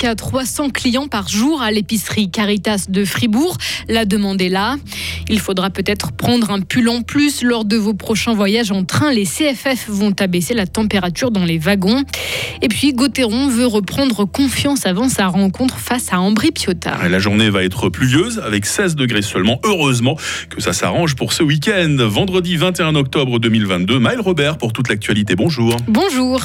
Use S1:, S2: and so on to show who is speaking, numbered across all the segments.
S1: jusqu'à 300 clients par jour à l'épicerie Caritas de Fribourg. La demande est là. Il faudra peut-être prendre un pull en plus lors de vos prochains voyages en train. Les CFF vont abaisser la température dans les wagons. Et puis Gauthieron veut reprendre confiance avant sa rencontre face à Ambry Piotta.
S2: La journée va être pluvieuse avec 16 degrés seulement. Heureusement que ça s'arrange pour ce week-end. Vendredi 21 octobre 2022. Maëlle Robert pour toute l'actualité. Bonjour.
S1: Bonjour.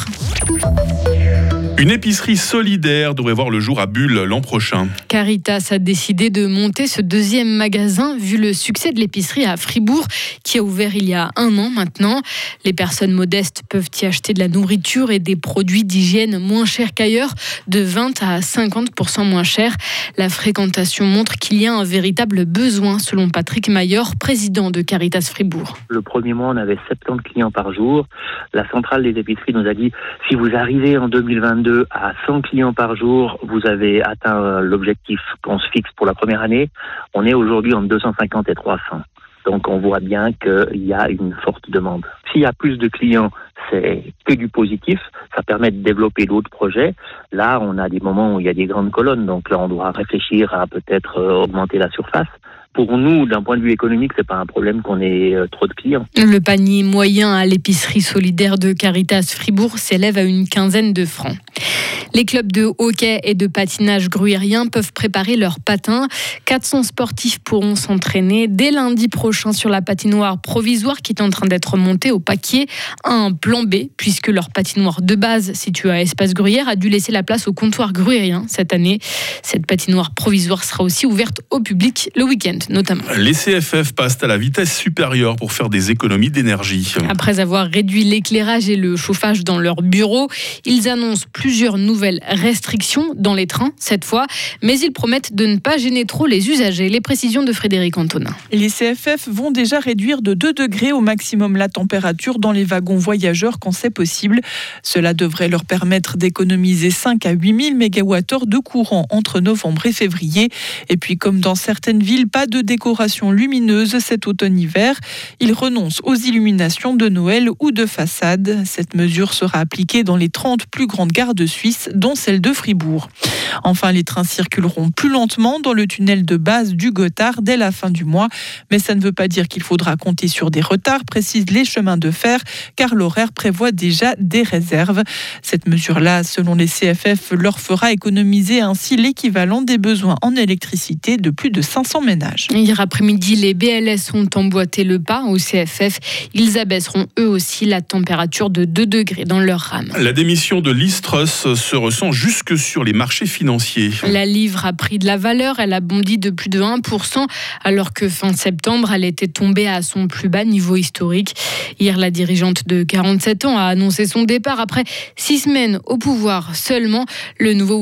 S2: Une épicerie solidaire devrait voir le jour à Bulle l'an prochain.
S1: Caritas a décidé de monter ce deuxième magasin vu le succès de l'épicerie à Fribourg qui a ouvert il y a 1 an maintenant. Les personnes modestes peuvent y acheter de la nourriture et des produits d'hygiène moins chers qu'ailleurs, de 20 à 50% moins chers. La fréquentation montre qu'il y a un véritable besoin selon Patrick Maillard, président de Caritas Fribourg.
S3: Le premier mois, on avait 70 clients par jour. La centrale des épiceries nous a dit si vous arrivez en 2022 à 100 clients par jour, vous avez atteint l'objectif qu'on se fixe pour la première année. On est aujourd'hui entre 250 et 300. Donc on voit bien qu'il y a une forte demande. S'il y a plus de clients, c'est que du positif. Ça permet de développer d'autres projets. Là, on a des moments où il y a des grandes colonnes. Donc là, on doit réfléchir à peut-être augmenter la surface. Pour nous, d'un point de vue économique, c'est pas un problème qu'on ait trop de clients.
S1: Le panier moyen à l'épicerie solidaire de Caritas Fribourg s'élève à une quinzaine de francs. Les clubs de hockey et de patinage gruyérien peuvent préparer leurs patins. 400 sportifs pourront s'entraîner dès lundi prochain sur la patinoire provisoire qui est en train d'être montée au Paquier. Un plan B, puisque leur patinoire de base située à Espace Gruyère a dû laisser la place au comptoir gruyérien cette année. Cette patinoire provisoire sera aussi ouverte au public le week-end notamment.
S2: Les CFF passent à la vitesse supérieure pour faire des économies d'énergie.
S1: Après avoir réduit l'éclairage et le chauffage dans leurs bureaux, ils annoncent plusieurs nouvelles restrictions dans les trains cette fois, mais ils promettent de ne pas gêner trop les usagers. Les précisions de Frédéric Antonin.
S4: Les CFF vont déjà réduire de 2 degrés au maximum la température dans les wagons voyageurs quand c'est possible. Cela devrait leur permettre d'économiser 5 à 8 000 MWh de courant entre novembre et février. Et puis comme dans certaines villes, pas de décoration lumineuse cet automne-hiver. Ils renoncent aux illuminations de Noël ou de façade. Cette mesure sera appliquée dans les 30 plus grandes gares de Suisse, dont celle de Fribourg. Enfin, les trains circuleront plus lentement dans le tunnel de base du Gothard dès la fin du mois. Mais ça ne veut pas dire qu'il faudra compter sur des retards, précisent les chemins de fer, car l'horaire prévoit déjà des réserves. Cette mesure-là, selon les CFF, leur fera économiser ainsi l'équivalent des besoins en électricité de plus de 500 ménages.
S1: Hier après-midi, les BLS ont emboîté le pas au CFF. Ils abaisseront eux aussi la température de 2 degrés dans leur rame.
S2: La démission de Liz Truss se ressent jusque sur les marchés financiers.
S1: La livre a pris de la valeur, elle a bondi de plus de 1%, alors que fin septembre, elle était tombée à son plus bas niveau historique. Hier, la dirigeante de 47 ans a annoncé son départ après 6 semaines au pouvoir seulement. Le nouveau ou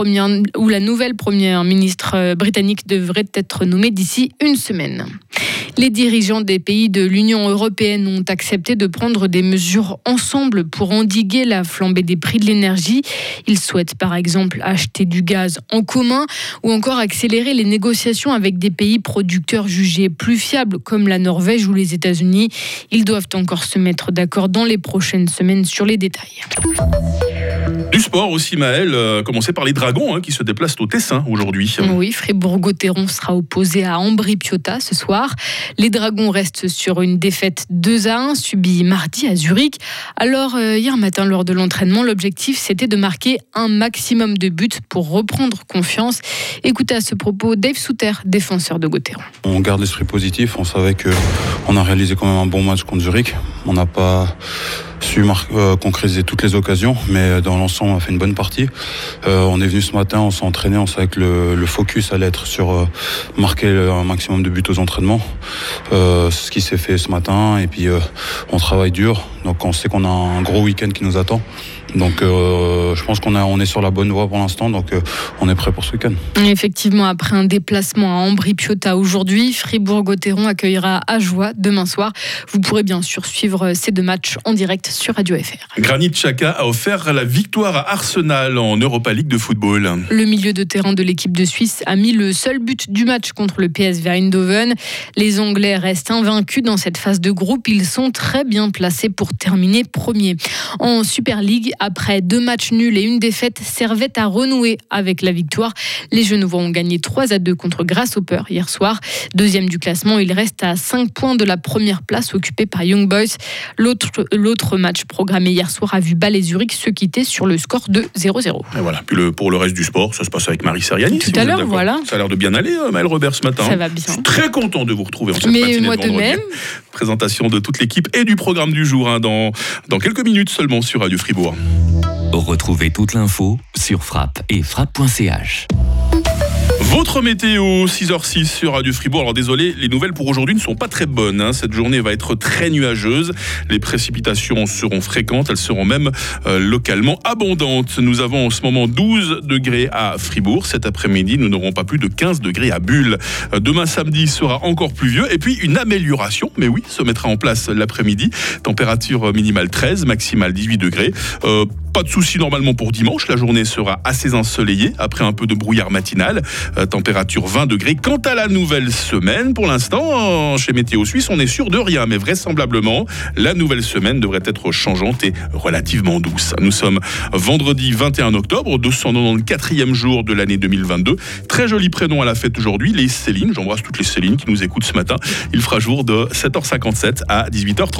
S1: la nouvelle première ministre britannique devrait être nommée d'ici 1 semaine. Les dirigeants des pays de l'Union européenne ont accepté de prendre des mesures ensemble pour endiguer la flambée des prix de l'énergie. Ils souhaitent par exemple acheter du gaz en commun ou encore accélérer les négociations avec des pays producteurs jugés plus fiables comme la Norvège ou les États-Unis. Ils doivent encore se mettre d'accord dans les prochaines semaines sur les détails.
S2: Du sport aussi, Maëlle, commencer par les Dragons qui se déplacent au Tessin aujourd'hui.
S1: Oui, Fribourg-Gauthieron sera opposé à Ambry Piotta ce soir. Les Dragons restent sur une défaite 2-1 subie mardi à Zurich. Alors, hier matin, lors de l'entraînement, l'objectif c'était de marquer un maximum de buts pour reprendre confiance. Écoutez à ce propos Dave Souter, défenseur de Gauthieron.
S5: On garde l'esprit positif, on savait qu'on a réalisé quand même un bon match contre Zurich. On n'a pas su concrétiser toutes les occasions, mais dans l'ensemble on a fait une bonne partie. On est venu ce matin, on s'est entraîné, on savait que le focus allait être sur marquer un maximum de buts aux entraînements. C'est ce qui s'est fait ce matin et puis on travaille dur, donc on sait qu'on a un gros week-end qui nous attend. Donc je pense qu'on est sur la bonne voie pour l'instant, donc on est prêt pour ce week-end.
S1: Effectivement, après un déplacement à Ambry Piotta aujourd'hui, Fribourg-Gauthieron accueillera Ajoie demain soir. Vous pourrez bien sûr suivre ces 2 matchs en direct sur Radio FR.
S2: Granit Xhaka a offert la victoire à Arsenal en Europa League de football.
S1: Le milieu de terrain de l'équipe de Suisse a mis le seul but du match contre le PSV Eindhoven. Les Anglais restent invaincus dans cette phase de groupe. Ils sont très bien placés pour terminer premier. En Super League, après 2 matchs nuls et une défaite, servait à renouer avec la victoire. Les Genevois ont gagné 3-2 contre Grasshopper hier soir. Deuxième du classement, il reste à 5 points de la première place occupée par Young Boys. L'autre match programmé hier soir a vu Bâle et Zurich se quitter sur le score de 0-0.
S2: Et voilà. Puis pour le reste du sport, ça se passe avec Marie Seriani.
S1: Tout à l'heure, voilà.
S2: Ça a l'air de bien aller, Maëlle Robert, ce matin.
S1: Ça va bien.
S2: Je suis très content de vous retrouver en cette
S1: Mais
S2: matinée
S1: moi
S2: de vendredi.
S1: de même.
S2: Présentation de toute l'équipe et du programme du jour dans quelques minutes seulement sur Radio Fribourg.
S6: Retrouvez toute l'info sur Frappe et frappe.ch.
S2: Votre météo, 6h06 sur Radio Fribourg. Alors désolé, les nouvelles pour aujourd'hui ne sont pas très bonnes. Cette journée va être très nuageuse. Les précipitations seront fréquentes, elles seront même localement abondantes. Nous avons en ce moment 12 degrés à Fribourg. Cet après-midi, nous n'aurons pas plus de 15 degrés à Bulle. Demain samedi sera encore pluvieux. Et puis une amélioration, mais oui, se mettra en place l'après-midi. Température minimale 13, maximale 18 degrés. Pas de souci normalement pour dimanche. La journée sera assez ensoleillée après un peu de brouillard matinal. Température 20 degrés. Quant à la nouvelle semaine, pour l'instant, chez Météo Suisse, on est sûr de rien. Mais vraisemblablement, la nouvelle semaine devrait être changeante et relativement douce. Nous sommes vendredi 21 octobre, 294e jour de l'année 2022. Très joli prénom à la fête aujourd'hui, les Céline. J'embrasse toutes les Céline qui nous écoutent ce matin. Il fera jour de 7h57 à 18h30.